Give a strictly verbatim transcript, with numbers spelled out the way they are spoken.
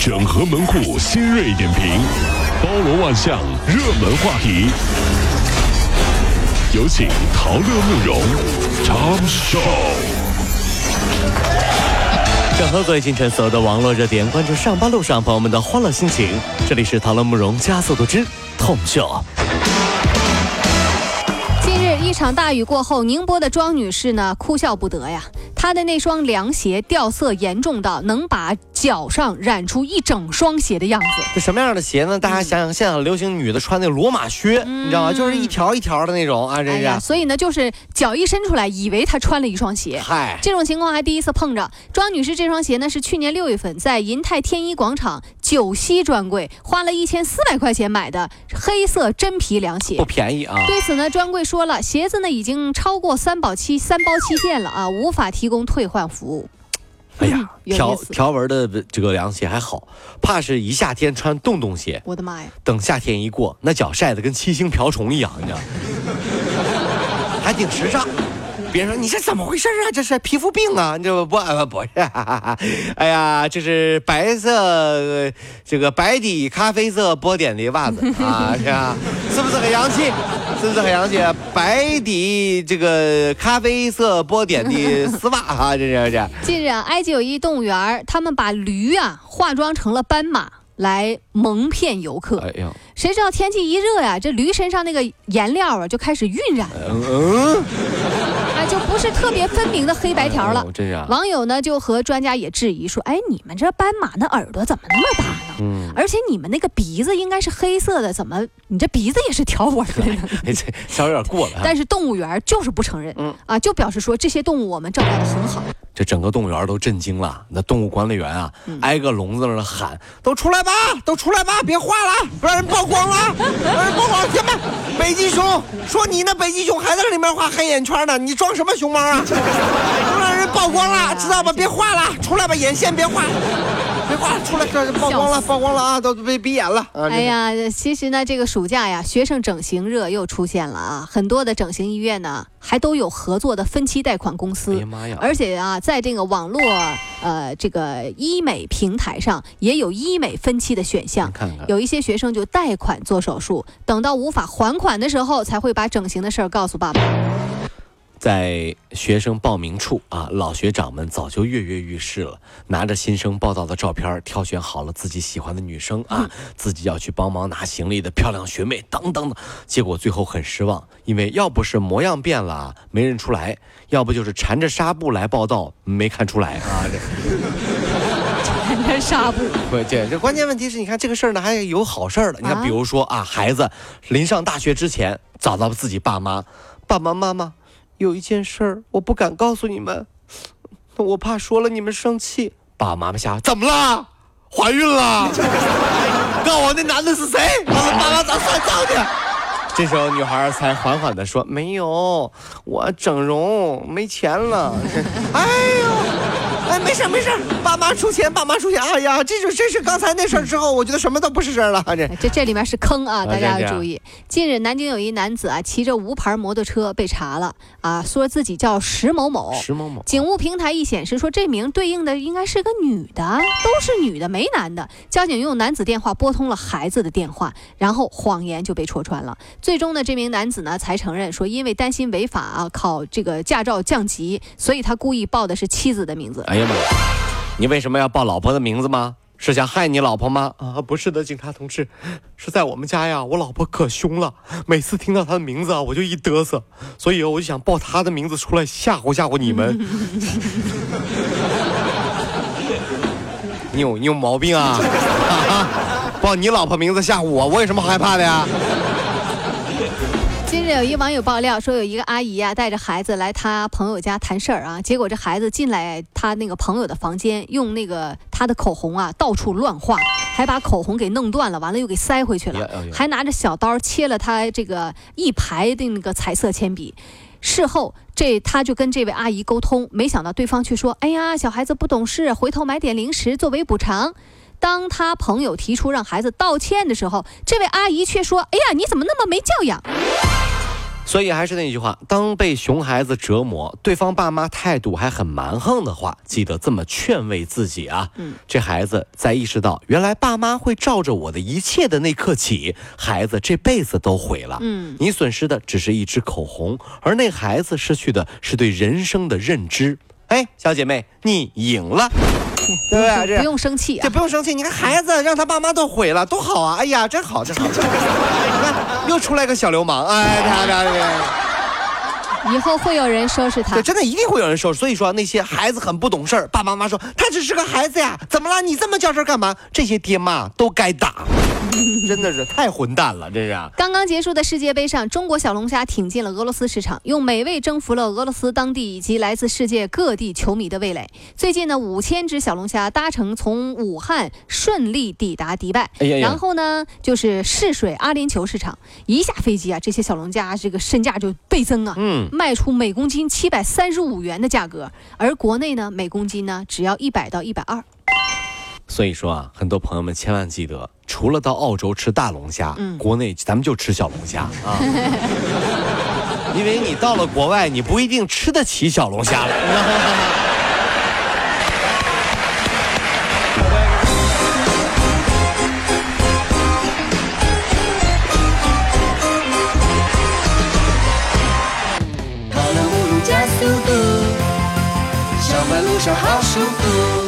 整合门户新锐点评，包罗万象，热门话题。有请陶乐慕容 Tom Show。 整合最近晨所有的网络热点，关注上班路上朋友们的欢乐心情。这里是陶乐慕容加速度之 Tom Show。 近日一场大雨过后，宁波的庄女士呢哭笑不得呀。她的那双凉鞋掉色严重到能把脚上染出一整双鞋的样子。 这什么样的鞋呢？大家想想，现在很流行女的穿那个罗马靴，嗯、你知道吗？就是一条一条的那种啊，这是、哎呀。 所以呢，就是脚一伸出来，以为她穿了一双鞋。 嗨， 这种情况还第一次碰着。庄女士这双鞋呢，是去年六月份在银泰天一广场九溪专柜花了一千四百块钱买的黑色真皮凉鞋， 不便宜啊。 对此呢，专柜说了，鞋子呢已经超过三保期三包期限了啊，无法提供退换服务。 哎呀，条条纹的这个凉鞋还好，怕是一夏天穿洞洞鞋。 我的妈呀！等夏天一过，那脚晒得跟七星瓢虫一样，你知道吗？还挺时尚。别人说你这怎么回事啊？这是皮肤病啊？你这不不不是？哎呀，这是白色这个白底咖啡色波点的袜子啊，是吧？是不是很洋气？是不是很洋气？白底这个咖啡色波点的丝袜啊，这是这。 近日啊，埃及有一动物园，他们把驴啊化妆成了斑马来蒙骗游客。哎呦，谁知道天气一热呀，这驴身上那个颜料啊就开始晕染。嗯嗯。啊，就不是特别分明的黑白条了。 哎真是啊、 网友呢就和专家也质疑说：“哎，你们这斑马的耳朵怎么那么大呢？嗯，而且你们那个鼻子应该是黑色的，怎么你这鼻子也是条纹的呢？” 哎，这稍有点过了。 但是动物园就是不承认，嗯啊，就表示说这些动物我们照料得很好。 这整个动物园都震惊了，那动物管理员啊，嗯、挨个笼子那喊：“都出来吧，都出来吧，别画了，不让人曝光了，让人曝光！天哪，北极熊，说你那北极熊还在里面画黑眼圈呢，你装什么熊猫啊？都让人曝光了，知道吧？别画了，出来吧，眼线别画。”别画出来，这曝光了，曝光了啊！都被闭眼了。啊、 哎呀，其实呢，这个暑假呀，学生整形热又出现了啊！很多的整形医院呢，还都有合作的分期贷款公司。哎呀妈呀！而且啊，在这个网络呃这个医美平台上，也有医美分期的选项。看看，有一些学生就贷款做手术，等到无法还款的时候，才会把整形的事儿告诉爸爸。 在学生报名处啊，老学长们早就跃跃欲试了，拿着新生报到的照片，挑选好了自己喜欢的女生啊，嗯、自己要去帮忙拿行李的漂亮学妹等等的。结果最后很失望，因为要不是模样变了没认出来，要不就是缠着纱布来报到没看出来啊。 缠着纱布， 对，这这关键问题是你看这个事儿呢，还有好事儿的。你看，比如说啊，孩子临上大学之前找到自己爸妈，爸爸妈妈。有一件事儿，我不敢告诉你们，我怕说了你们生气。爸爸妈妈想，怎么了？怀孕了？告诉我那男的是谁？我爸妈咋算账的？这时候女孩才缓缓地说：“没有，我整容没钱了。”哎呦，哎，没事没事，爸妈出钱，爸妈出钱。哎呀，这就这是刚才那事儿之后，我觉得什么都不是事儿了。这这这里面是坑啊，大家要注意。近日，南京有一男子啊，骑着无牌摩托车被查了啊，说自己叫石某某。 石某某。 警务平台一显示说，这名对应的应该是个女的，都是女的，没男的。交警用男子电话拨通了孩子的电话，然后谎言就被戳穿了。最终呢，这名男子呢才承认说，因为担心违法啊，考这个驾照降级，所以他故意报的是妻子的名字。 哎呀妈呀，你为什么要报老婆的名字吗？是想害你老婆吗？啊，不是的，警察同志，是在我们家呀，我老婆可凶了，每次听到她的名字啊，我就一嘚瑟，所以我就想报她的名字出来吓唬吓唬你们。你有你有毛病啊！报你老婆名字吓唬我，我有什么害怕的呀？ 近日有一网友爆料说，有一个阿姨啊带着孩子来他朋友家谈事儿啊，结果这孩子进来他那个朋友的房间，用那个他的口红啊到处乱画，还把口红给弄断了，完了又给塞回去了，还拿着小刀切了他这个一排的那个彩色铅笔。事后这他就跟这位阿姨沟通，没想到对方却说：“哎呀，小孩子不懂事，回头买点零食作为补偿。”当他朋友提出让孩子道歉的时候，这位阿姨却说：“哎呀，你怎么那么没教养？” 所以还是那句话，当被熊孩子折磨，对方爸妈态度还很蛮横的话，记得这么劝慰自己啊。嗯，这孩子在意识到原来爸妈会照着我的一切的那刻起，孩子这辈子都毁了。嗯，你损失的只是一支口红，而那孩子失去的是对人生的认知。哎，小姐妹，你赢了。对不对？这不用生气啊， 这不用生气。你看孩子让他爸妈都毁了，多好啊！哎呀，真好，真好。你看又出来个小流氓，哎，别别别！ 以后会有人收拾他， 对，真的一定会有人收拾。所以说那些孩子很不懂事儿，爸爸妈妈说他只是个孩子呀，怎么了？你这么较真干嘛？这些爹妈都该打。真的是太混蛋了，这是。 刚刚结束的世界杯上，中国小龙虾挺进了俄罗斯市场，用美味征服了俄罗斯当地以及来自世界各地球迷的味蕾。最近呢，五千只小龙虾搭乘从武汉顺利抵达迪拜，哎呀呀，然后呢就是试水阿联酋市场。一下飞机啊，这些小龙虾这个身价就倍增啊，嗯，卖出每公斤七百三十五元的价格，而国内呢每公斤呢只要一百到一百二。 所以说啊，很多朋友们千万记得，除了到澳洲吃大龙虾，嗯，国内咱们就吃小龙虾啊，因为你到了国外，你不一定吃得起小龙虾了。 跑了五路加速度，上班路上好舒服。